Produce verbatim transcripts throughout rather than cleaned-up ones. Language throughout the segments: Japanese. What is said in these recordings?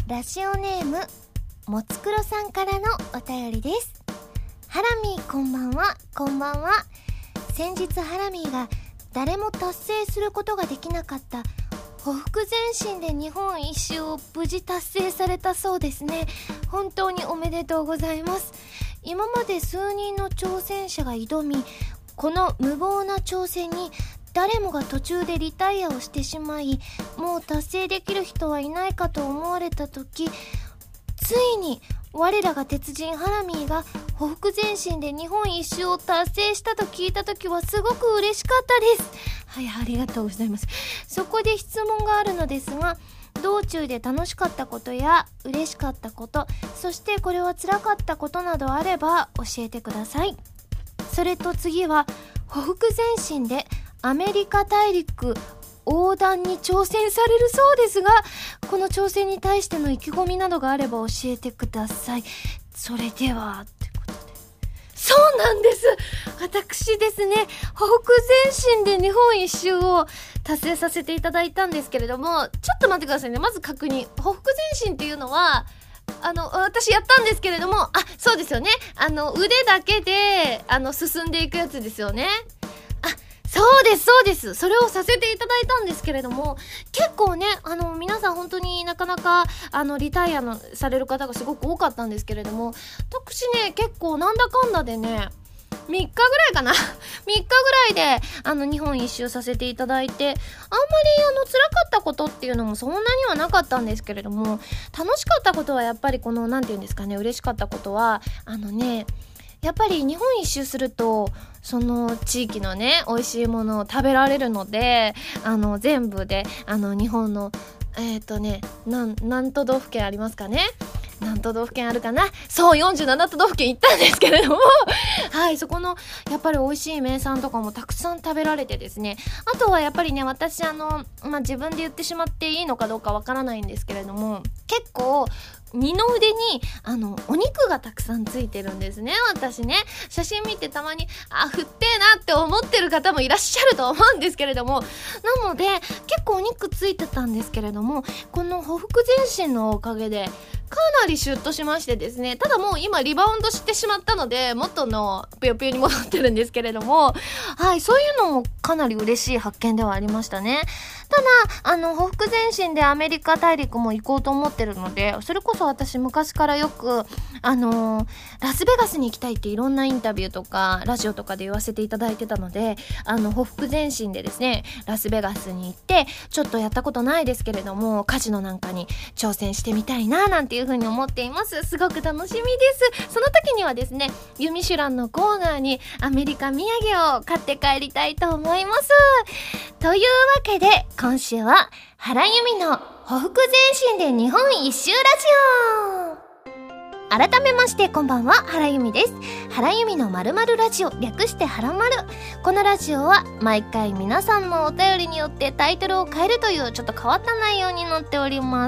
ラジオネームもつくろさんからのお便りです。ハラミーこんばんは。こんばんは。先日ハラミーが誰も達成することができなかったほふく前進で日本一周を無事達成されたそうですね。本当におめでとうございます。今まで数人の挑戦者が挑み、この無謀な挑戦に誰もが途中でリタイアをしてしまい、もう達成できる人はいないかと思われた時、ついに我らが鉄人ハラミーがほふく前進で日本一周を達成したと聞いた時はすごく嬉しかったです。はい、ありがとうございます。そこで質問があるのですが、道中で楽しかったことや嬉しかったこと、そしてこれは辛かったことなどあれば教えてください。それと次はほふく前進でアメリカ大陸横断に挑戦されるそうですが、この挑戦に対しての意気込みなどがあれば教えてください。それではってことで、そうなんです。私ですね、ほふく前進で日本一周を達成させていただいたんですけれども、ちょっと待ってくださいね。まず確認。ほふく前進っていうのは、あの私やったんですけれども、あ、そうですよね、あの腕だけであの進んでいくやつですよね。あ、そうですそうです。それをさせていただいたんですけれども、結構ね、あの皆さん本当になかなかあのリタイアのされる方がすごく多かったんですけれども、私ね、結構なんだかんだでね、みっかぐらいかなみっかぐらいであの日本一周させていただいて、あんまりあの辛かったことっていうのもそんなにはなかったんですけれども、楽しかったことはやっぱりこのなんていうんですかね、嬉しかったことはあのね、やっぱり日本一周するとその地域のね美味しいものを食べられるので、あの全部であの日本のえっとねなん何都道府県ありますかね、何都道府県あるかな、そうよんじゅうなな都道府県行ったんですけれどもはい、そこのやっぱり美味しい名産とかもたくさん食べられてですね、あとはやっぱりね、私あの、まあ、自分で言ってしまっていいのかどうかわからないんですけれども、結構二の腕にあのお肉がたくさんついてるんですね。私ね、写真見てたまにあ、ふってえなって思ってる方もいらっしゃると思うんですけれども、なので結構お肉ついてたんですけれども、このほふく前進のおかげでかなりシュッとしましてですね、ただもう今リバウンドしてしまったので元のぷよぷよに戻ってるんですけれども、はい、そういうのもかなり嬉しい発見ではありましたね。ただあのほふく前進でアメリカ大陸も行こうと思ってるので、それこそ私昔からよくあのー、ラスベガスに行きたいっていろんなインタビューとかラジオとかで言わせていただいてたので、あのほふく前進でですねラスベガスに行って、ちょっとやったことないですけれどもカジノなんかに挑戦してみたいななんていう風に思っています。すごく楽しみです。その時にはですね、ユミシュランのコーナーにアメリカ土産を買って帰りたいと思います。というわけで今週は原由美のほふく前進で日本一周ラジオ。改めましてこんばんは、原由美です。原由美の〇〇ラジオ、略してはらまる。このラジオは毎回皆さんのお便りによってタイトルを変えるというちょっと変わった内容になっております。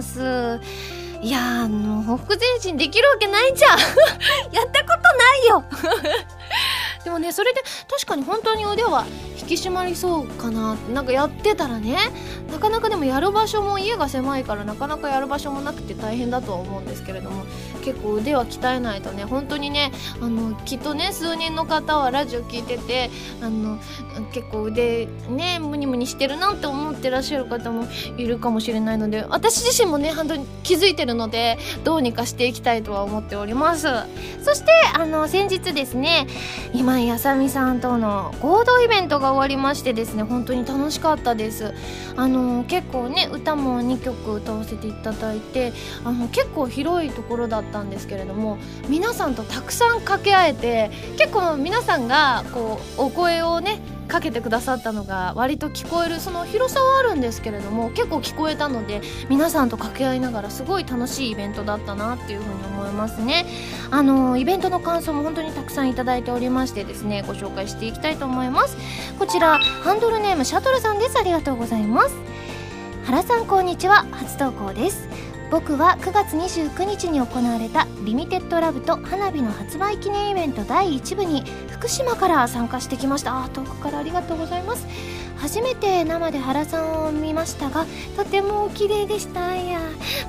いやー、あのほふく前進できるわけないじゃんやったことないよでもね、それで確かに本当に腕は引き締まりそうかな。なんかやってたらね、なかなかでもやる場所も家が狭いからなかなかやる場所もなくて大変だとは思うんですけれども、結構腕は鍛えないとね、本当にね、あのきっとね数人の方はラジオ聞いてて、あの結構腕ねムニムニしてるなって思ってらっしゃる方もいるかもしれないので、私自身もね本当に気づいてるのでどうにかしていきたいとは思っております。そしてあの先日ですね、今井あさみさんとの合同イベントが終わりましてですね、本当に楽しかったです。あの結構ね歌もにきょく歌わせていただいて、あの結構広いところだったんですけれども、皆さんとたくさん掛け合えて、結構皆さんがこうお声をねかけてくださったのが割と聞こえる、その広さはあるんですけれども結構聞こえたので、皆さんと掛け合いながらすごい楽しいイベントだったなっていうふうに思いますね。あのイベントの感想も本当にたくさんいただいておりましてですね、ご紹介していきたいと思います。こちらハンドルネームシャトルさんです。ありがとうございます。原さんこんにちは、初投稿です。僕はくがつにじゅうくにちに行われたリミテッドラブと花火の発売記念イベントだいいち部に福島から参加してきました。あ、遠くからありがとうございます。初めて生で原さんを見ましたが、とてもお綺麗でした。いや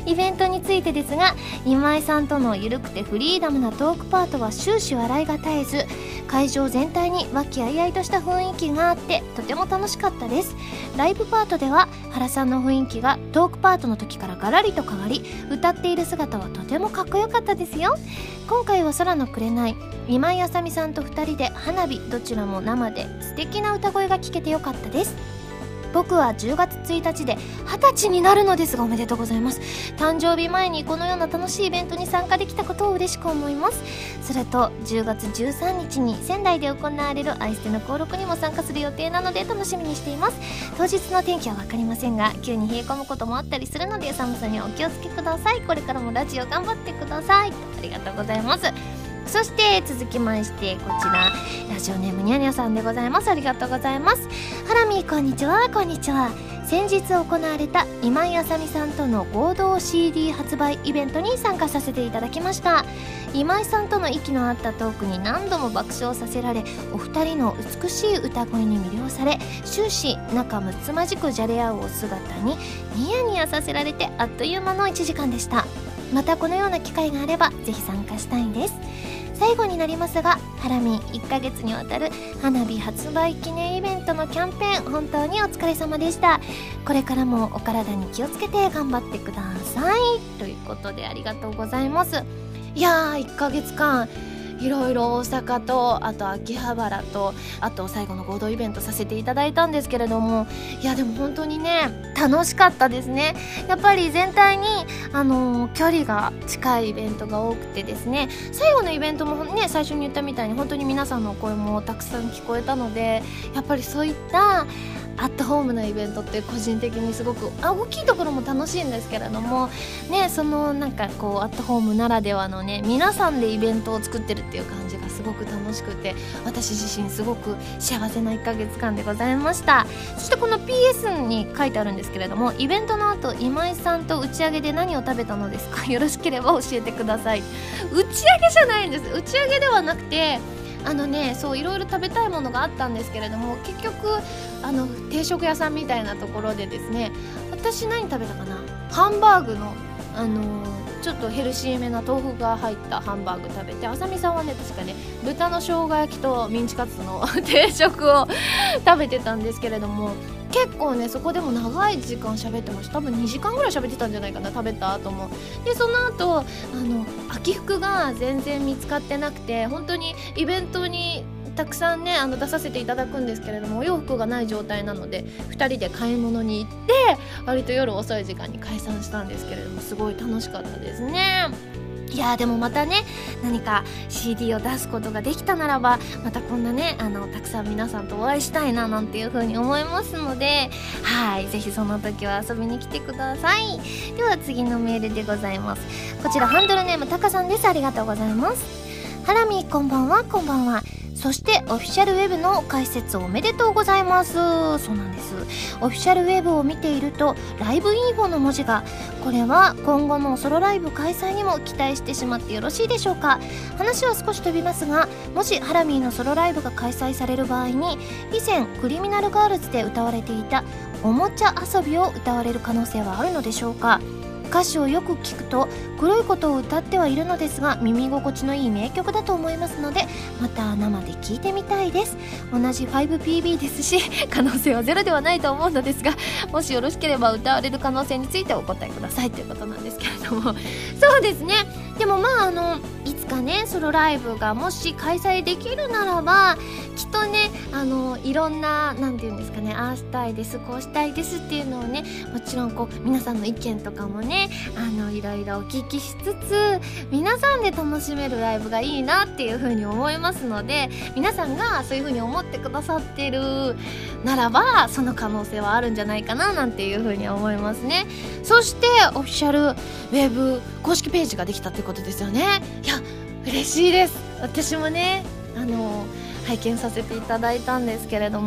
イベントについてですが、今井さんとのゆるくてフリーダムなトークパートは終始笑いが絶えず、会場全体に和気あいあいとした雰囲気があってとても楽しかったです。ライブパートでは原さんの雰囲気がトークパートの時からガラリと変わり、歌っている姿はとてもかっこよかったですよ。今回は空の紅、今井あさみさんとふたりで花火、どちらも生で素敵な歌声が聞けてよかったです。僕はじゅうがつついたちではたちになるのですが、おめでとうございます。誕生日前にこのような楽しいイベントに参加できたことを嬉しく思います。それとじゅうがつじゅうさんにちに仙台で行われるアイステの登録にも参加する予定なので楽しみにしています。当日の天気は分かりませんが、急に冷え込むこともあったりするので寒さにはお気をつけください。これからもラジオ頑張ってください。ありがとうございます。そして続きましてこちら、ラジオネームにゃにゃさんでございます。ありがとうございます。ハラミーこんにちは。こんにちは。先日行われた今井あさみさんとの合同 シーディー 発売イベントに参加させていただきました。今井さんとの息の合ったトークに何度も爆笑させられ、お二人の美しい歌声に魅了され、終始仲睦まじくじゃれ合うお姿にニヤニヤさせられて、あっという間のいちじかんでした。またこのような機会があればぜひ参加したいんです。最後になりますが、ハラミいっかげつにわたる花火発売記念イベントのキャンペーン、本当にお疲れ様でした。これからもお体に気をつけて頑張ってください、ということでありがとうございます。いやー、いっかげつかんいろいろ大阪と、あと秋葉原と、あと最後の合同イベントさせていただいたんですけれども、いやでも本当にね楽しかったですね。やっぱり全体にあのー、距離が近いイベントが多くてですね、最後のイベントもね、最初に言ったみたいに本当に皆さんのお声もたくさん聞こえたので、やっぱりそういったアットホームなイベントって個人的にすごくあ大きいところも楽しいんですけれどもね、そのなんかこうアットホームならではのね、皆さんでイベントを作ってるっていう感じがすごく楽しくて、私自身すごく幸せないっかげつかんでございました。そしてこの ピーエス に書いてあるんですけれども、イベントの後今井さんと打ち上げで何を食べたのですか、よろしければ教えてください。打ち上げじゃないんです。打ち上げではなくて、あのね、そういろいろ食べたいものがあったんですけれども、結局あの定食屋さんみたいなところでですね、私何食べたかな、ハンバーグのあのー、ちょっとヘルシーめな豆腐が入ったハンバーグ食べて、あさみさんはね確かね豚の生姜焼きとミンチカツの定食を食べてたんですけれども、結構ねそこでも長い時間喋ってました。多分にじかんぐらい喋ってたんじゃないかな、食べた後も。でその後あの空き服が全然見つかってなくて、本当にイベントにたくさんねあの出させていただくんですけれども、お洋服がない状態なのでふたりで買い物に行って割と夜遅い時間に解散したんですけれども、すごい楽しかったですね。いやーでもまたね何か シーディー を出すことができたならば、またこんなねあのたくさん皆さんとお会いしたいななんていう風に思いますので、はいぜひその時は遊びに来てください。では次のメールでございます。こちらハンドルネームたかさんです。ありがとうございます。ハラミこんばんは。こんばんは。そしてオフィシャルウェブの開設おめでとうございます。そうなんです。オフィシャルウェブを見ているとライブインフォの文字が、これは今後のソロライブ開催にも期待してしまってよろしいでしょうか。話は少し飛びますが、もしハラミーのソロライブが開催される場合に、以前クリミナルガールズで歌われていたおもちゃ遊びを歌われる可能性はあるのでしょうか。歌詞をよく聞くと黒いことを歌ってはいるのですが、耳心地のいい名曲だと思いますので、また生で聴いてみたいです。同じ ファイブピービー ですし、可能性はゼロではないと思うのですが、もしよろしければ歌われる可能性についてお答えくださいということなんですけれどもそうですね。でもまああのいつかねソロライブがもし開催できるならば、きっとねあのいろんななんていうんですかね、ああしたいです、こうしたいですっていうのをね、もちろんこう皆さんの意見とかもねあのいろいろお聞きしつつ、皆さんで楽しめるライブがいいなっていう風に思いますので、皆さんがそういう風に思ってくださってるならば、その可能性はあるんじゃないかななんていう風に思いますね。そしてオフィシャルウェブ公式ページができたってことですよね。いや嬉しいです。私もねあの拝見させていただいたんですけれども、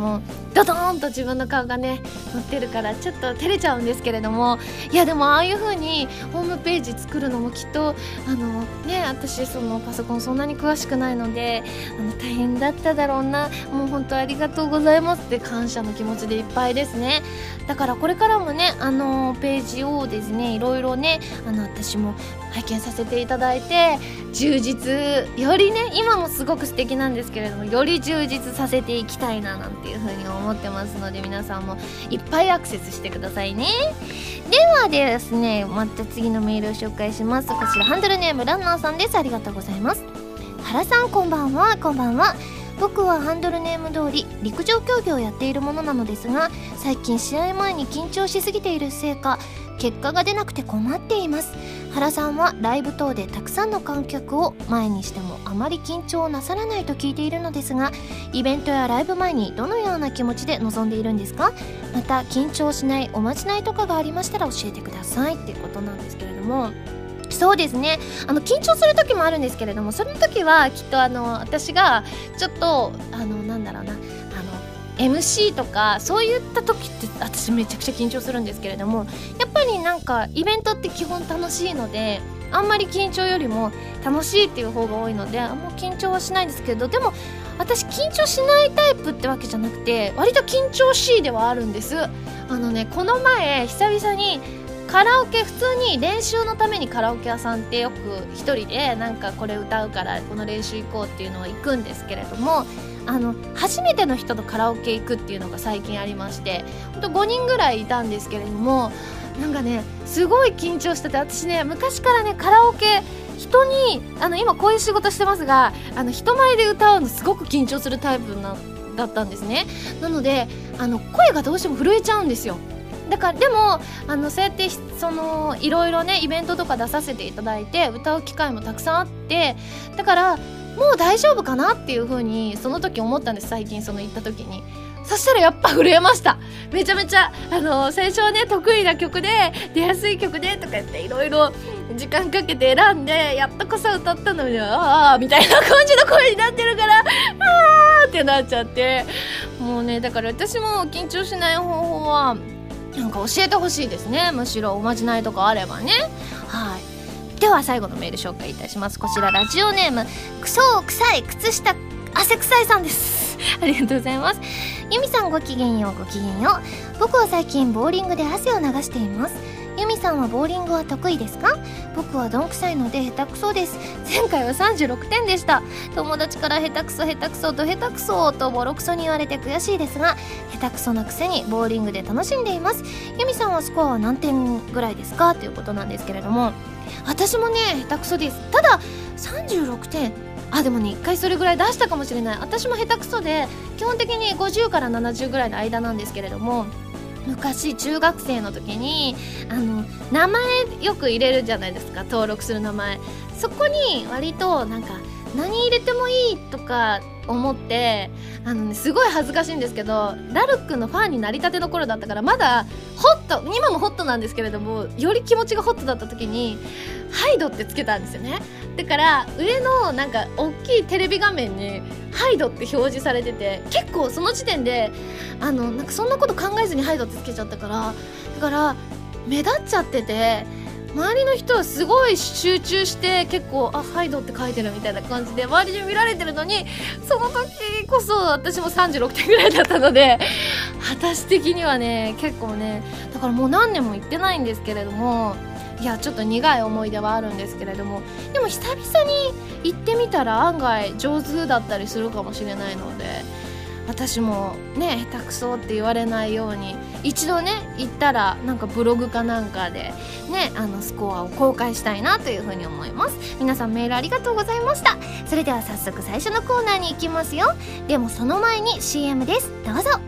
ドドーンと自分の顔がね載ってるからちょっと照れちゃうんですけれども、いやでもああいう風にホームページ作るのもきっとあのね、私そのパソコンそんなに詳しくないのであの大変だっただろうな、もう本当ありがとうございますって感謝の気持ちでいっぱいですね。だからこれからもねあのページをですねいろいろねあの私も拝見させていただいて充実よりね、今もすごく素敵なんですけれどもより充実させていきたいななんていう風に思ってますので、皆さんもいっぱいアクセスしてくださいね。ではですね、また次のメールを紹介します。こちらハンドルネームランナーさんです。ありがとうございます。原さんこんばんは。こんばんは。僕はハンドルネーム通り陸上競技をやっているものなのですが、最近試合前に緊張しすぎているせいか結果が出なくて困っています。原さんはライブ等でたくさんの観客を前にしてもあまり緊張をなさらないと聞いているのですが、イベントやライブ前にどのような気持ちで臨んでいるんですか？また緊張しないおまじないとかがありましたら教えてくださいっていうことなんですけれども、そうですね、あの緊張する時もあるんですけれども、その時はきっとあの私がちょっとあのなんだろうなあのエムシー とかそういった時って私めちゃくちゃ緊張するんですけれども、やっぱりなんかイベントって基本楽しいのであんまり緊張よりも楽しいっていう方が多いのであんま緊張はしないんですけど、でも私緊張しないタイプってわけじゃなくて割と緊張しいではあるんです。あのね、この前久々にカラオケ、普通に練習のためにカラオケ屋さんってよく一人でなんかこれ歌うからこの練習行こうっていうのは行くんですけれども、あの初めての人とカラオケ行くっていうのが最近ありまして、ほんとごにんぐらいいたんですけれども、なんかねすごい緊張してて、私ね昔からねカラオケ人にあの今こういう仕事してますがあの人前で歌うのすごく緊張するタイプなだったんですね。なのであの声がどうしても震えちゃうんですよ。だからでもあのそうやってそのいろいろねイベントとか出させていただいて歌う機会もたくさんあって、だからもう大丈夫かなっていう風にその時思ったんです。最近その行った時に、そしたらやっぱ震えました。めちゃめちゃあの最初はね得意な曲で出やすい曲でとか言っていろいろ時間かけて選んでやっとこそ歌ったのにああみたいな感じの声になってるからあーってなっちゃって、もうねだから私も緊張しない方法はなんか教えてほしいですね。むしろおまじないとかあればね。はい、では最後のメール紹介いたします。こちらラジオネームクソ臭い靴下汗臭いさんですありがとうございます。ユミさんごきげんよう。ごきげんよう。僕は最近ボーリングで汗を流しています。ユミさんはボーリングは得意ですか？僕はどんくさいので下手くそです。前回はさんじゅうろくてんでした。友達から下手くそ下手くそと下手くそとボロクソに言われて悔しいですが、下手くそなくせにボーリングで楽しんでいます。ユミさんはスコアは何点ぐらいですかということなんですけれども、私もね下手くそです。たださんじゅうろくてん、あでもねいっかいそれぐらい出したかもしれない。私も下手くそで基本的にごじゅうからななじゅうぐらいの間なんですけれども、昔中学生の時にあの名前よく入れるじゃないですか、登録する名前。そこに割となんか何入れてもいいとか思ってあの、ね、すごい恥ずかしいんですけど、ラルクのファンになりたての頃だったからまだホット、今もホットなんですけれどもより気持ちがホットだった時にハイドってつけたんですよね。だから上のなんか大きいテレビ画面にハイドって表示されてて、結構その時点であのなんかそんなこと考えずにハイドってつけちゃったから、だから目立っちゃってて周りの人はすごい集中して結構あハイドって書いてるみたいな感じで周りに見られてるのに、その時こそ私もさんじゅうろくてんぐらいだったので私的にはね結構ね、だからもう何年も行ってないんですけれども、いやちょっと苦い思い出はあるんですけれども、でも久々に行ってみたら案外上手だったりするかもしれないので、私もね下手くそって言われないように一度ね行ったらなんかブログかなんかでねあのスコアを公開したいなというふうに思います。皆さんメールありがとうございました。それでは早速最初のコーナーに行きますよ。でもその前に シーエム です。どうぞ。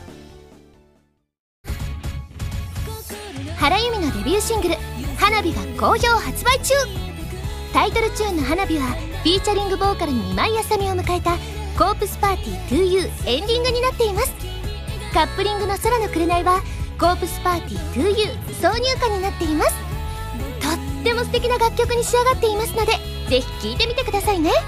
原由美のデビューシングル「花火」が好評発売中。タイトルチューンの「花火」はフィーチャリングボーカルに今井あさみを迎えたコープスパーティー トゥーユー エンディングになっています。カップリングの空の紅はコープスパーティー トゥーユー 挿入歌になっています。とっても素敵な楽曲に仕上がっていますのでぜひ聴いてみてくださいね。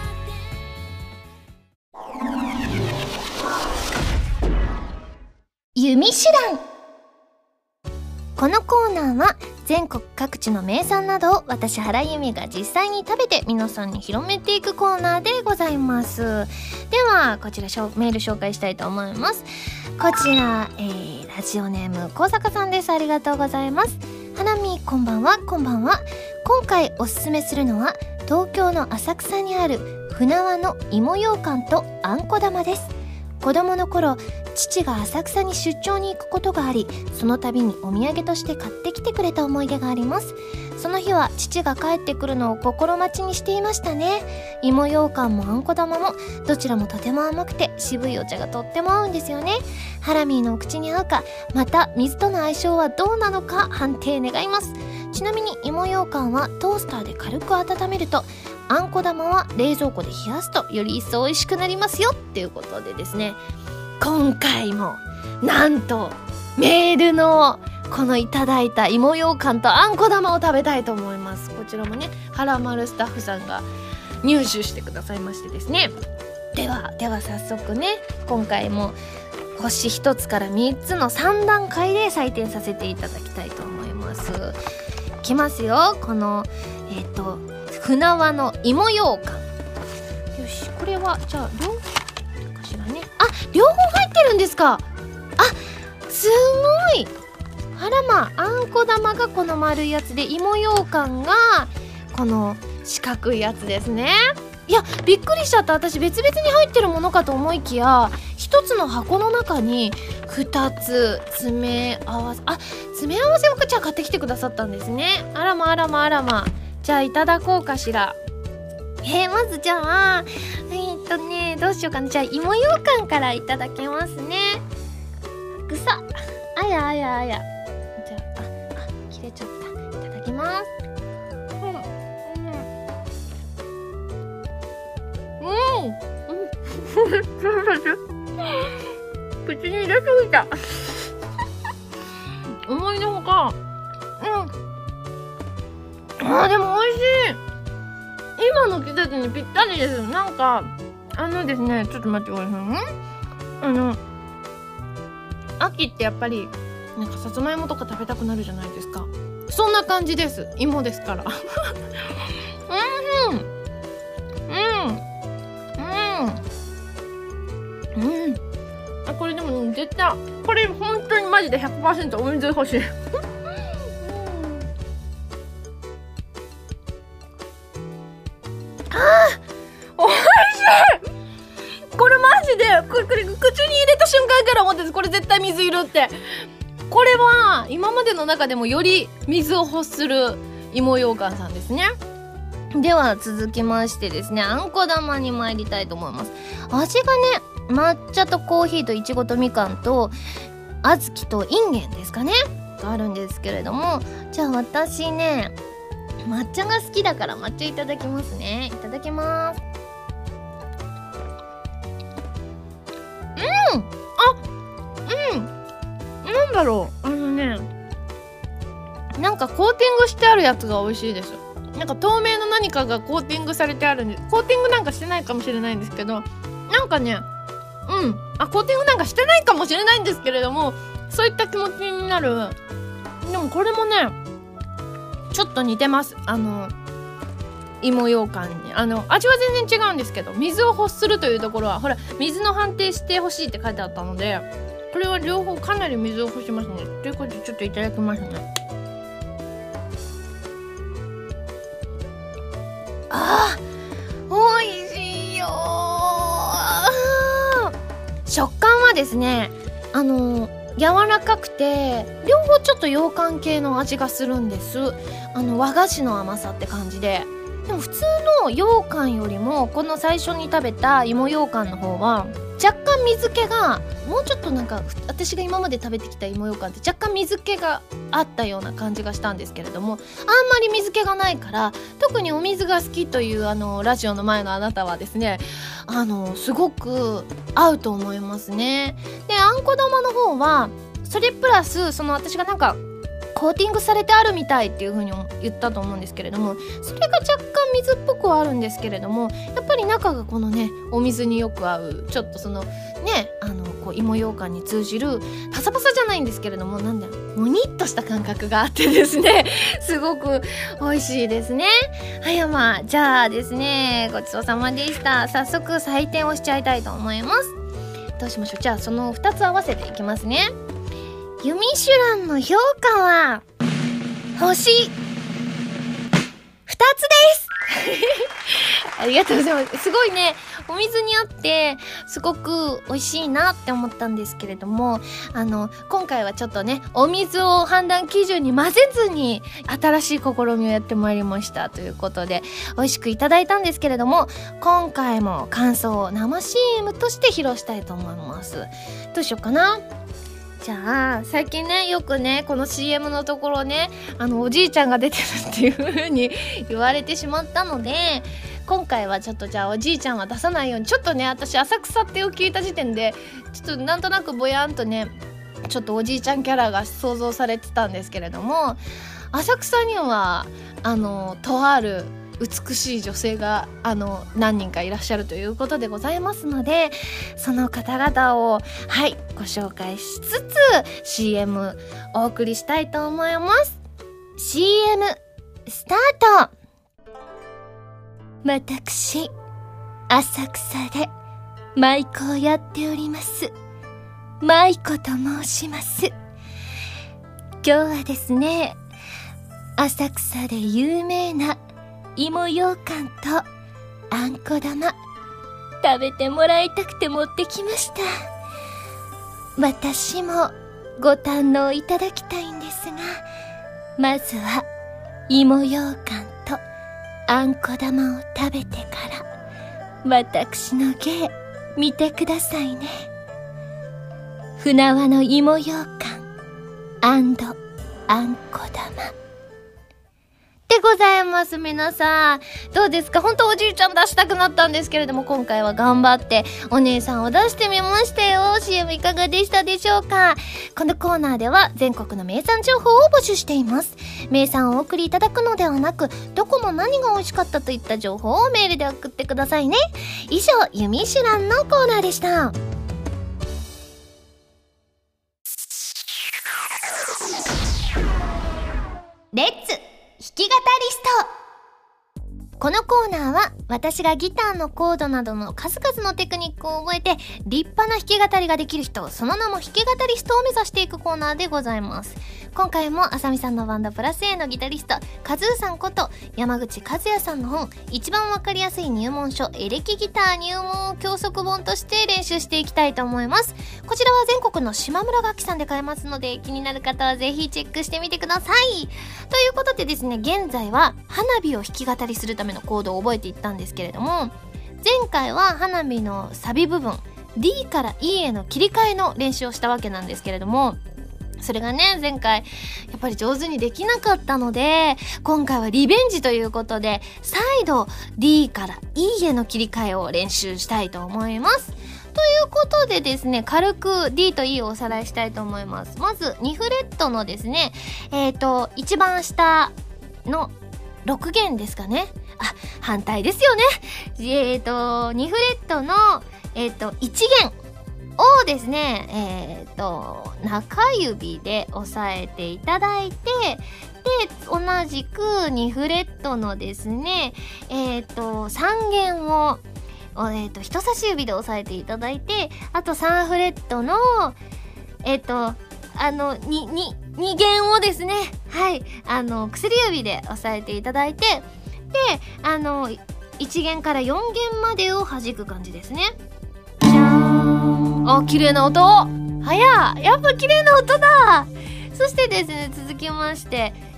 弓手段。このコーナーは全国各地の名産などを私原由美が実際に食べて皆さんに広めていくコーナーでございます。ではこちらメール紹介したいと思います。こちら、えー、ラジオネーム高坂さんです。ありがとうございます。はなみこんばんは。こんばんは。今回おすすめするのは東京の浅草にある船輪の芋ようかんとあんこ玉です。子供の頃父が浅草に出張に行くことがあり、その度にお土産として買ってきてくれた思い出があります。その日は父が帰ってくるのを心待ちにしていましたね。芋ようかんもあんこ玉もどちらもとても甘くて渋いお茶がとっても合うんですよね。ハラミーのお口に合うか、また水との相性はどうなのか判定願います。ちなみに芋ようかんはトースターで軽く温めると、あんこ玉は冷蔵庫で冷やすとより一層美味しくなりますよっていうことでですね、今回もなんとメールのこのいただいた芋ようかんとあんこ玉を食べたいと思います。こちらもねはらまるスタッフさんが入手してくださいましてですね。ではでは早速ね、今回も星ひとつからみっつのさん段階で採点させていただきたいと思います。いきますよ。このえっと船輪の芋ようかん、よし、これはじゃあ両方かしらね。あ、両方入ってるんですか。あ、すごい。あらま、あんこ玉がこの丸いやつで、芋ようかんがこの四角いやつですね。いや、びっくりしちゃった。私別々に入ってるものかと思いきや、一つの箱の中に二つ詰め合わせ、あ、詰め合わせをじゃあ買ってきてくださったんですね。あらまあらまあらま。じゃあいただこうかしら。えー、まずじゃあえー、っとねどうしようかな。じゃあ芋ようかんからいただきますね。ぐさ、あやあやあや。じゃあ、あ、あ、切れちゃった。いただきます。うんうんうん口に入れすぎた思いのほか、うん、あーでも美味しい。今の季節にぴったりです。なんかあのですね、ちょっと待ってくださいね。あの秋ってやっぱりなんかさつまいもとか食べたくなるじゃないですか。そんな感じです。芋ですからうんうんうんうん。あ、これでも絶対これ本当にマジで ひゃくパーセント お水欲しいこれマジでこれこれ口に入れた瞬間から思ってこれ絶対水いるって。これは今までの中でもより水を欲する芋ようかんさんですね。では続きましてですね、あんこ玉に参りたいと思います。味がね、抹茶とコーヒーといちごとみかんと小豆とインゲンですかねがあるんですけれども、じゃあ私ね抹茶が好きだから抹茶いただきますね。いただきます。うん、あ、うん、なんだろう、あのね、なんかコーティングしてあるやつが美味しいです。なんか透明の何かがコーティングされてあるんで、コーティングなんかしてないかもしれないんですけど、なんかね、うん、あ、コーティングなんかしてないかもしれないんですけれども、そういった気持ちになる。でもこれもねちょっと似てます。あの芋ようかんに。あの味は全然違うんですけど、水を欲するというところはほら水の判定してほしいって書いてあったので、これは両方かなり水を欲しますね。ということでちょっといただきますね。あー、美味しいよー。食感はですね、あの柔らかくて両方ちょっと羊羹系の味がするんです。あの和菓子の甘さって感じで。でも普通の羊羹よりもこの最初に食べた芋羊羹の方は若干水気がもうちょっとなんか、私が今まで食べてきた芋羊羹って若干水気があったような感じがしたんですけれども、あんまり水気がないから、特にお水が好きというあのラジオの前のあなたはですね、あのすごく合うと思いますね。であんこ玉の方はそれプラスその私がなんかコーティングされてあるみたいっていう風に言ったと思うんですけれども、それが若干水っぽくはあるんですけれども、やっぱり中がこのねお水によく合う、ちょっとそのねあのここう芋羊羹に通じるパサパサじゃないんですけれども、なんだろう、もにっとした感覚があってですねすごく美味しいですね。はい、まあじゃあですね、ごちそうさまでした。早速採点をしちゃいたいと思います。どうしましょう。じゃあそのふたつ合わせていきますね。ユミシュランの評価は星ふたつですありがとうございます。すごいね、お水にあってすごく美味しいなって思ったんですけれども、あの今回はちょっとね、お水を判断基準に混ぜずに新しい試みをやってまいりましたということで、美味しくいただいたんですけれども、今回も感想を生 シーエム として披露したいと思います。どうしようかな。じゃあ最近ね、よくねこの シーエム のところね、あのおじいちゃんが出てるっていう風に言われてしまったので、今回はちょっとじゃあおじいちゃんは出さないように、ちょっとね私浅草ってを聞いた時点でちょっとなんとなくぼやんとね、ちょっとおじいちゃんキャラが想像されてたんですけれども、浅草にはあのとある美しい女性があの何人かいらっしゃるということでございますので、その方々をはいご紹介しつつ シーエム お送りしたいと思います。 シーエム スタート。私浅草で舞妓をやっております舞子と申します。今日はですね、浅草で有名な芋羊羹とあんこ玉食べてもらいたくて持ってきました。私もご堪能いただきたいんですが、まずは芋羊羹とあんこ玉を食べてから私の芸見てくださいね。船輪の芋羊羹あんこ玉でございます。皆さんどうですか。本当おじいちゃん出したくなったんですけれども、今回は頑張ってお姉さんを出してみましたよ。 シーエム いかがでしたでしょうか。このコーナーでは全国の名産情報を募集しています。名産をお送りいただくのではなく、どこも何が美味しかったといった情報をメールで送ってくださいね。以上、ユミシュランのコーナーでした。レッツ弾き語りスト。このコーナーは私がギターのコードなどの数々のテクニックを覚えて立派な弾き語りができる人、その名も弾き語りストを目指していくコーナーでございます。今回もあさみさんのバンドプラス A のギタリストカズーさんこと山口和也さんの本、一番わかりやすい入門書エレキギター入門を教則本として練習していきたいと思います。こちらは全国の島村楽器さんで買えますので、気になる方はぜひチェックしてみてください。ということでですね、現在は花火を弾き語りするためのコードを覚えていったんですけれども、前回は花火のサビ部分 D から E への切り替えの練習をしたわけなんですけれども、それがね前回やっぱり上手にできなかったので、今回はリベンジということで再度 D から E への切り替えを練習したいと思います。ということでですね、軽く D と E をおさらいしたいと思います。まずにフレットのですね、えっと一番下のろく弦ですかね。あ、反対ですよね。えっとにフレットのえっといち弦をですね、えっと中指で押さえていただいて、で同じくにフレットのですね、えっとさん弦をえっと人差し指で押さえていただいて、あとさんフレットのえっとあのににに弦をですね、はいあの薬指で押さえていただいて、であのいち弦からよん弦までを弾く感じですね。じゃーん。あ、綺麗な音。はや、やっぱ綺麗な音だ。そしてですね、続きまして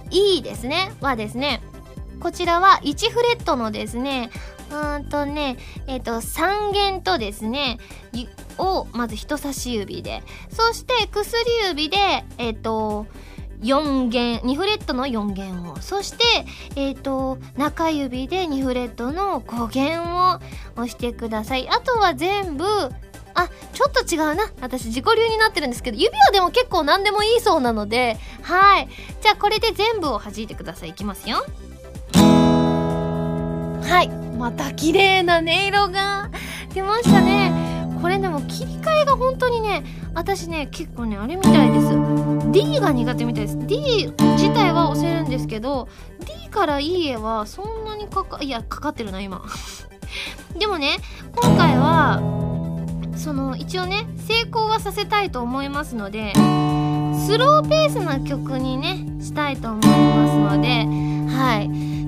E ですねはですね、こちらはいちフレットのですね、うーんとねえっとさん弦とですねをまず人差し指で、そして薬指でえっとよん弦、にフレットのよん弦を、そしてえっと中指でにフレットのご弦を押してください。あとは全部、あ、ちょっと違うな、私自己流になってるんですけど、指はでも結構何でもいいそうなので、はい、じゃあこれで全部を弾いてください。いきますよ。はい、また綺麗な音色が出ましたね。 これでも切り替えが本当にね、私ね結構ねあれみたいです。 D が苦手みたいです。 D 自体は押せるんですけど D からいい絵はそんなにかかいやかかってるな今でもね今回はその一応ね成功はさせたいと思いますので、スローペースな曲にねしたいと思いますので、はい、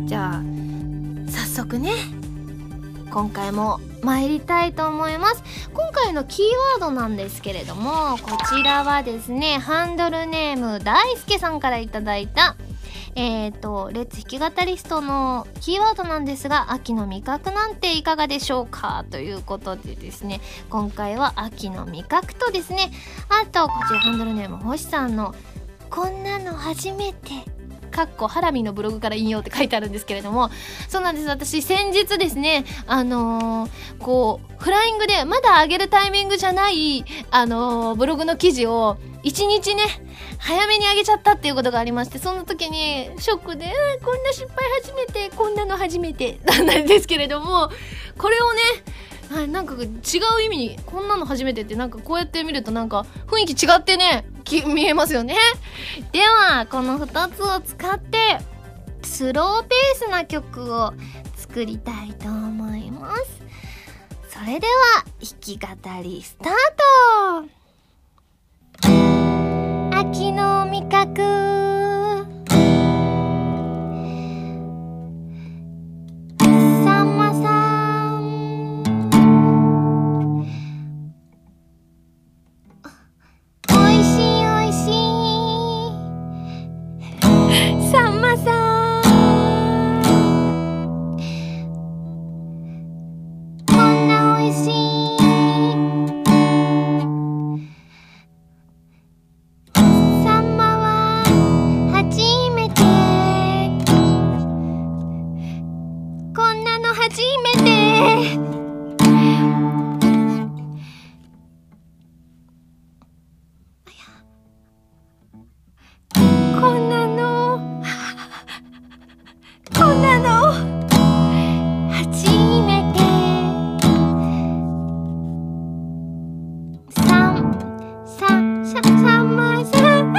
じゃあ早速ね今回も参りたいと思います。今回のキーワードなんですけれども、こちらはですねハンドルネーム大輔さんからいただいたえーとレッツ弾き語りストのキーワードなんですが、秋の味覚なんていかがでしょうかということでですね、今回は秋の味覚とですね、あとこちらハンドルネーム星さんのこんなの初めてかっこハラミのブログから引用って書いてあるんですけれども、そうなんです。私先日ですねあのー、こうフライングでまだ上げるタイミングじゃないあのー、ブログの記事を一日ね早めに上げちゃったっていうことがありまして、その時にショックでこんな失敗初めてこんなの初めてなんですけれども、これをねはい、なんか違う意味にこんなの初めてってなんかこうやって見るとなんか雰囲気違ってね見えますよね。ではこのふたつを使ってスローペースな曲を作りたいと思います。それでは弾き語りスタート。秋の味覚さんまさん、おいしいおいしいさんまさん、こんなおいしい初めてこんなのこんなの初めてさんさんささんまさん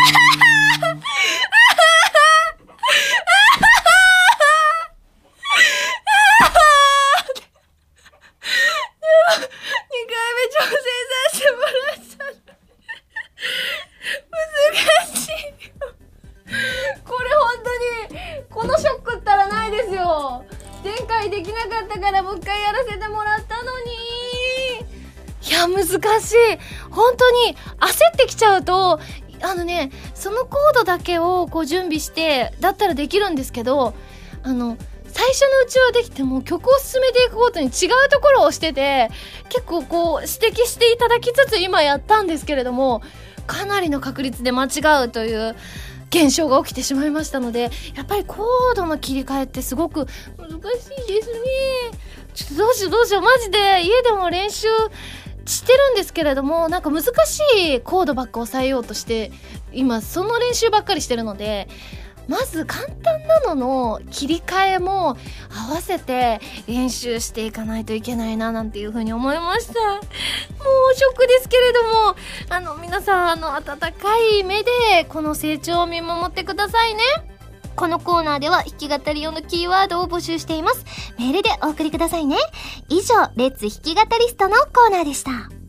できなかったからもう一回やらせてもらったのに、いや難しい。本当に焦ってきちゃうとあのねそのコードだけをこう準備してだったらできるんですけど、あの最初のうちはできても曲を進めていくごとに違うところを押してて結構こう指摘していただきつつ今やったんですけれども、かなりの確率で間違うという現象が起きてしまいましたので、やっぱりコードの切り替えってすごく難しいですね。ちょっとどうしようどうしよう、マジで家でも練習してるんですけれども、なんか難しいコードばっか押さえようとして今その練習ばっかりしてるので、まず簡単なのの切り替えも合わせて練習していかないといけないななんていう風に思いました。もうショックですけれども、あの皆さんあの温かい目でこの成長を見守ってくださいね。このコーナーでは弾き語り用のキーワードを募集しています。メールでお送りくださいね。以上レッツ弾き語りストのコーナーでした。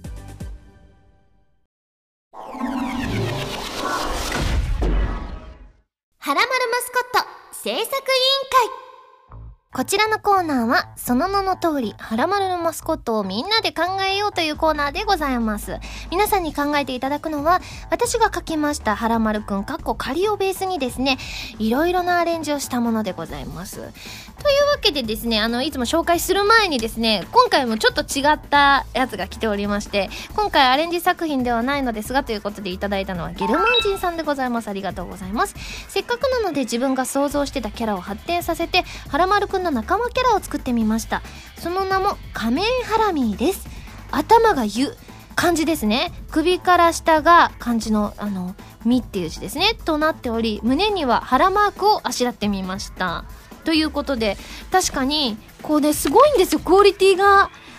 はらまるマスコット制作委員会。こちらのコーナーはその名の通りはらまるのマスコットをみんなで考えようというコーナーでございます。皆さんに考えていただくのは私が書きましたはらまるくんかっこ仮をベースにですね、いろいろなアレンジをしたものでございます。というわけでですね、あのいつも紹介する前にですね、今回もちょっと違ったやつが来ておりまして、今回アレンジ作品ではないのですがということでいただいたのはゲルマン人さんでございます。ありがとうございます。せっかくなので自分が想像してたキャラを発展させてはらまるくんの仲間キャラを作ってみました。その名も仮面ハラミーです。頭がゆ漢字ですね、首から下が漢字のあのみっていう字ですねとなっており、胸には腹マークをあしらってみました。ということで確かにこうねすごいんですよ、クオリティが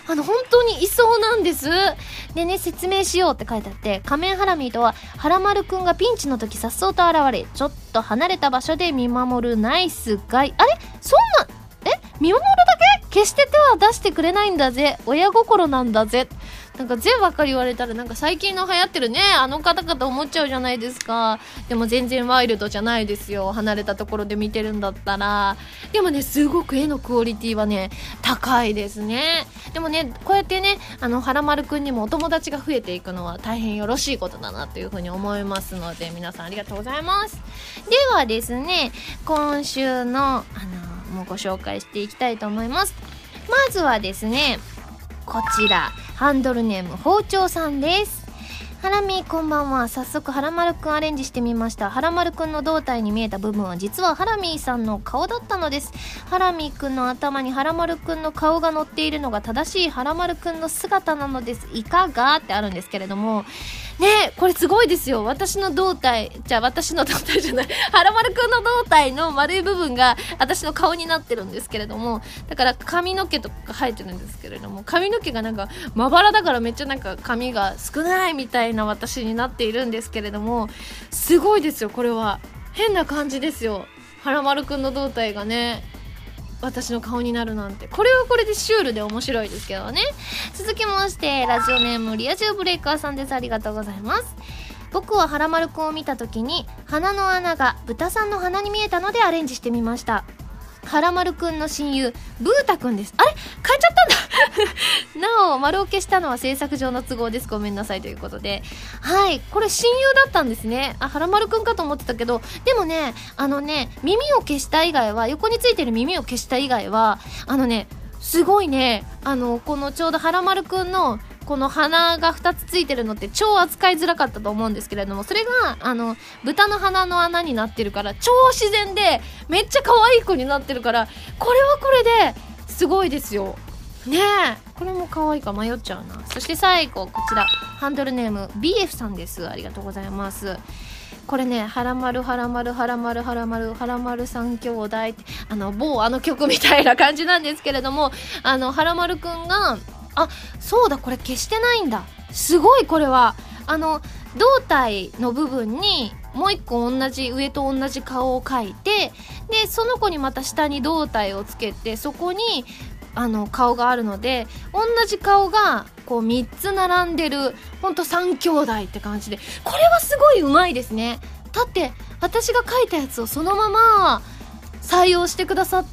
あの本当にいそうなんです。でね、説明しようって書いてあって、仮面ハラミーとははらまるくんがピンチの時さっそうと現れ、ちょっと離れた場所で見守るナイスガイ。あれ、そんなえ見守るだけ？決して手は出してくれないんだぜ、親心なんだぜ。なんか全ばっかり言われたら、なんか最近の流行ってるねあの方々思っちゃうじゃないですか。でも全然ワイルドじゃないですよ、離れたところで見てるんだったら。でもね、すごく絵のクオリティはね高いですね。でもね、こうやってね、あのはらまるくんにもお友達が増えていくのは大変よろしいことだなというふうに思いますので、皆さんありがとうございます。ではですね、今週のあのもうご紹介していきたいと思います。まずはですね、こちらハンドルネーム包丁さんです。ハラミーこんばんは。早速はらまるくんアレンジしてみました。はらまるくんの胴体に見えた部分は実はハラミーさんの顔だったのです。ハラミーくんの頭にはらまるくんの顔が乗っているのが正しいはらまるくんの姿なのです。いかがってあるんですけれどもね、これすごいですよ。私の胴体じゃあ私の胴体じゃないはらまるくんの胴体の丸い部分が私の顔になってるんですけれども、だから髪の毛とか生えてるんですけれども、髪の毛がなんかまばらだからめっちゃなんか髪が少ないみたいな私になっているんですけれども、すごいですよ。これは変な感じですよ。はらまるくんの胴体がね私の顔になるなんて、これはこれでシュールで面白いですけどね。続きましてラジオネームリア充ブレイカーさんです。ありがとうございます。僕ははらまるくんを見た時に鼻の穴が豚さんの鼻に見えたのでアレンジしてみました。はらまるくんの親友ブータくんです。あれ変えちゃったんだなお丸を消したのは制作上の都合です。ごめんなさいということで、はい、これ親友だったんですね。あ、はらまるくんかと思ってたけど、でもね、あのね耳を消した以外は、横についてる耳を消した以外はあのねすごいね、あのこのちょうどはらまるくんのこの鼻がふたつついてるのって超扱いづらかったと思うんですけれども、それがあの豚の鼻の穴になってるから超自然でめっちゃ可愛い子になってるから、これはこれですごいですよね。えこれも可愛いか迷っちゃうな。そして最後こちらハンドルネーム ビーエフ さんです。ありがとうございます。これね、はらまるはらまるはらまるはらまるはらまる三兄弟ってあの某あの曲みたいな感じなんですけれども、あのはらまるくんが、あ、そうだ、これ消してないんだ。すごい。これはあの胴体の部分にもう一個同じ上と同じ顔を描いて、でその子にまた下に胴体をつけて、そこにあの顔があるので同じ顔がこうみっつ並んでる、ほんと三兄弟って感じで、これはすごいうまいですね。だって私が描いたやつをそのまま採用してくださって、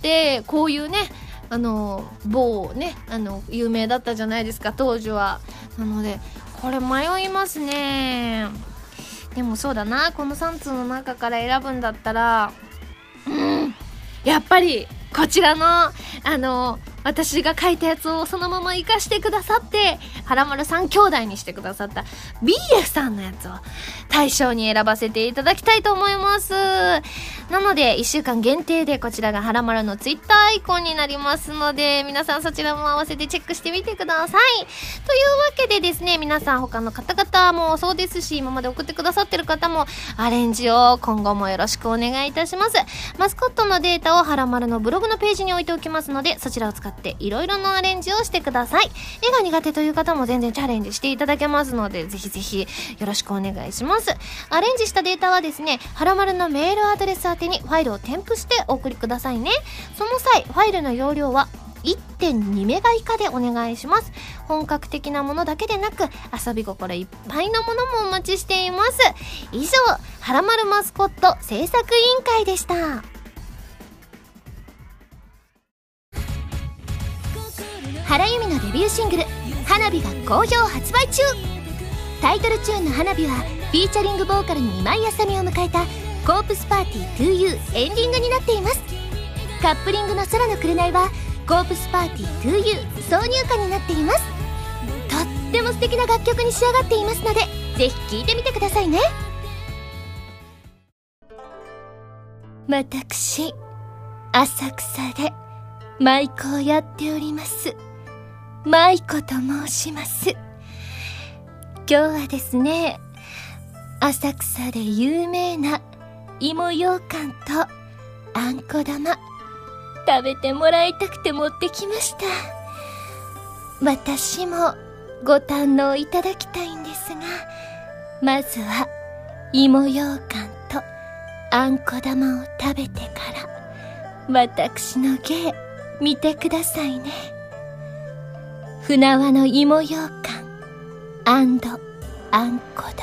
こういうねあの某ねあの有名だったじゃないですか当時は。なのでこれ迷いますね。でもそうだな、このさん通の中から選ぶんだったら、うんやっぱりこちらのあの私が書いたやつをそのまま活かしてくださってはらまる三兄弟にしてくださった ビーエフ さんのやつを対象に選ばせていただきたいと思います。なのでいっしゅうかん限定でこちらがはらまるのツイッターアイコンになりますので、皆さんそちらも合わせてチェックしてみてください。というわけでですね、皆さん他の方々もそうですし、今まで送ってくださってる方もアレンジを今後もよろしくお願いいたします。マスコットのデータをはらまるのブログのページに置いておきますので、そちらを使っていろいろなアレンジをしてください。絵が苦手という方も全然チャレンジしていただけますので、ぜひぜひよろしくお願いします。アレンジしたデータはですね、はらまるのメールアドレス宛てにファイルを添付してお送りくださいね。その際ファイルの容量は いってんにメガ以下でお願いします。本格的なものだけでなく遊び心いっぱいのものもお待ちしています。以上、はらまるマスコット制作委員会でした。原由美のデビューシングル「花火」が好評発売中。タイトルチューンの「花火」はフィーチャリングボーカルに今井あさみを迎えた「コープスパーティー トゥーユー」エンディングになっています。カップリングの「空の紅」は「コープスパーティー トゥーユー」挿入歌になっています。とっても素敵な楽曲に仕上がっていますので、ぜひ聴いてみてくださいね。私浅草で舞妓をやっております舞子と申します。今日はですね、浅草で有名な芋ようかんとあんこ玉食べてもらいたくて持ってきました。 私もご堪能いただきたいんですが、まずは芋ようかんとあんこ玉を食べてから私の芸見てくださいね。船輪の芋ようかんあんこ玉。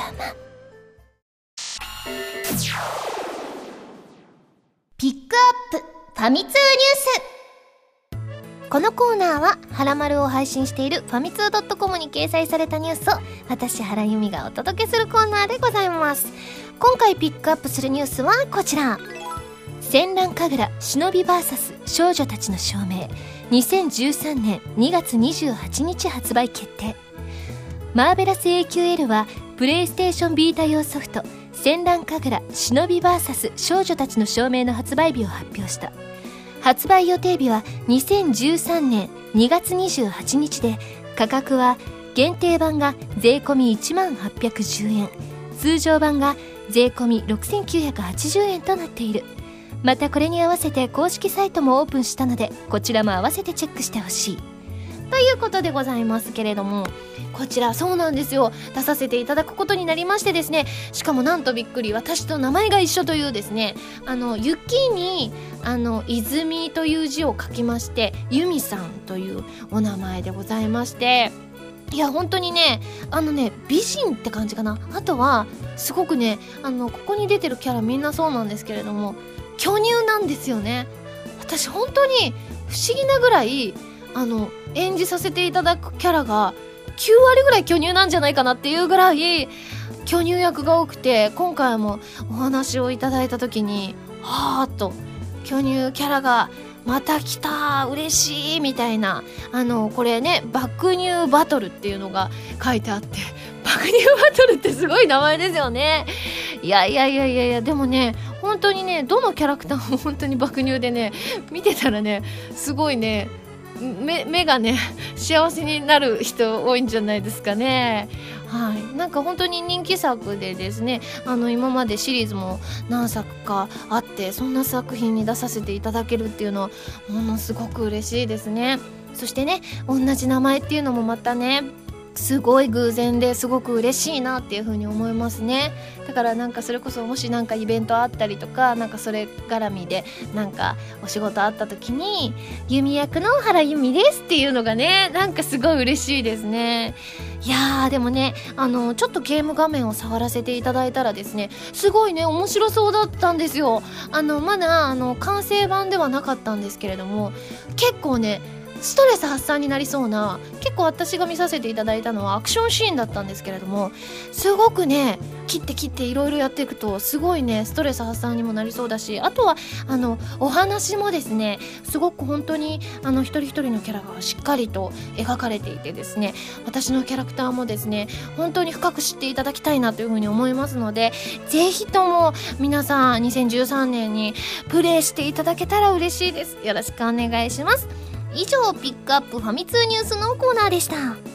ピックアップファミ通ニュース。このコーナーははらまるを配信しているファミツー .com に掲載されたニュースを私原由美がお届けするコーナーでございます。今回ピックアップするニュースはこちら。戦乱神楽忍び ブイエス 少女たちの証明にせんじゅうさんねんにがつにじゅうはちにち発売決定。マーベラス エーキューエル はプレイステーションビータ用ソフト戦乱神楽忍び ブイエス 少女たちの証明の発売日を発表した。発売予定日はにせんじゅうさんねんにがつにじゅうはちにちで、価格は限定版が税込みいちまんはっぴゃくじゅうえん、通常版が税込みろくせんきゅうひゃくはちじゅうえんとなっている。またこれに合わせて公式サイトもオープンしたので、こちらも合わせてチェックしてほしいということでございますけれども、こちらそうなんですよ、出させていただくことになりましてですね、しかもなんとびっくり、私と名前が一緒というですね、あの雪にあの泉という字を書きまして、由美さんというお名前でございまして、いや本当にね、あのね美人って感じかな。あとはすごくね、あのここに出てるキャラみんなそうなんですけれども、巨乳なんですよね。私本当に不思議なぐらいあの演じさせていただくキャラがきゅうわりぐらい巨乳なんじゃないかなっていうぐらい巨乳役が多くて、今回もお話をいただいた時にはーっと巨乳キャラがまた来た嬉しいみたいな、あのこれね爆乳バトルっていうのが書いてあって、爆乳バトルってすごい名前ですよね。いやいやいやいやいや、でもね本当にね、どのキャラクターも本当に爆乳でね、見てたらねすごいね目, 目がね幸せになる人多いんじゃないですかね。はい、なんか本当に人気作でですね、あの今までシリーズも何作かあって、そんな作品に出させていただけるっていうのはものすごく嬉しいですね。そしてね、同じ名前っていうのもまたねすごい偶然ですごく嬉しいなっていう風に思いますね。だからなんかそれこそもしなんかイベントあったりとか、なんかそれ絡みでなんかお仕事あった時に由美役の原由美ですっていうのがね、なんかすごい嬉しいですね。いやーでもね、あのちょっとゲーム画面を触らせていただいたらですね、すごいね面白そうだったんですよ。あのまだあの完成版ではなかったんですけれども、結構ねストレス発散になりそうな、結構私が見させていただいたのはアクションシーンだったんですけれども、すごくね切って切っていろいろやっていくとすごいねストレス発散にもなりそうだし、あとはあのお話もですねすごく本当にあの一人一人のキャラがしっかりと描かれていてですね、私のキャラクターもですね本当に深く知っていただきたいなというふうに思いますので、ぜひとも皆さんにせんじゅうさんねんにプレイしていただけたら嬉しいです。よろしくお願いします。以上、ピックアップファミ通ニュースのコーナーでした。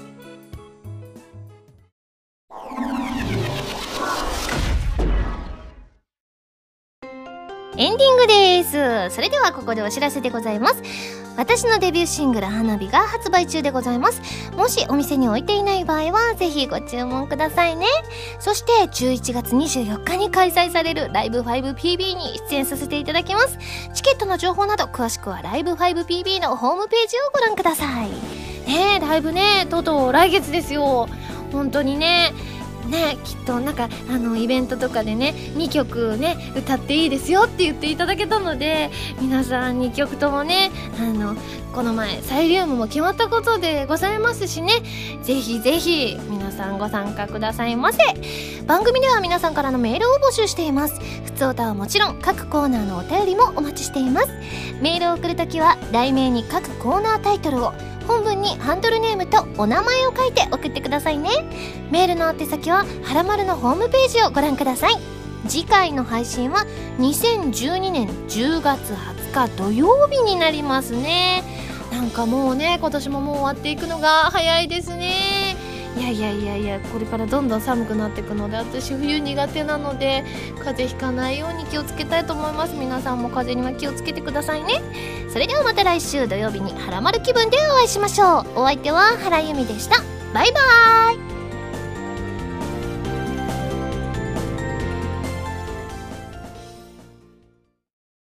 エンディングです。それではここでお知らせでございます。私のデビューシングル花火が発売中でございます。もしお店に置いていない場合はぜひご注文くださいね。そしてじゅういちがつにじゅうよっかに開催されるライブ ファイブピービー に出演させていただきます。チケットの情報など詳しくはライブ ファイブピービー のホームページをご覧くださいね。ライブね、とうとう来月ですよ。本当にねね、きっとなんかあのイベントとかでねにきょくね歌っていいですよって言っていただけたので、皆さんにきょくともね、あのこの前サイリウムも決まったことでございますしね、ぜひぜひ皆さんご参加くださいませ。番組では皆さんからのメールを募集しています。ふつおたはもちろん各コーナーのお便りもお待ちしています。メールを送るときは題名に各コーナータイトルを、本文にハンドルネームとお名前を書いて送ってくださいね。メールの宛先ははらまるのホームページをご覧ください。次回の配信はにせんじゅうにねんじゅうがつはつか土曜日になりますね。なんかもうね今年ももう終わっていくのが早いですね。 いやいやいやいや、これからどんどん寒くなっていくので、私冬苦手なので風邪ひかないように気をつけたいと思います。皆さんも風邪には気をつけてくださいね。それではまた来週土曜日にハラマル気分でお会いしましょう。お相手は原由美でした。バイバーイ。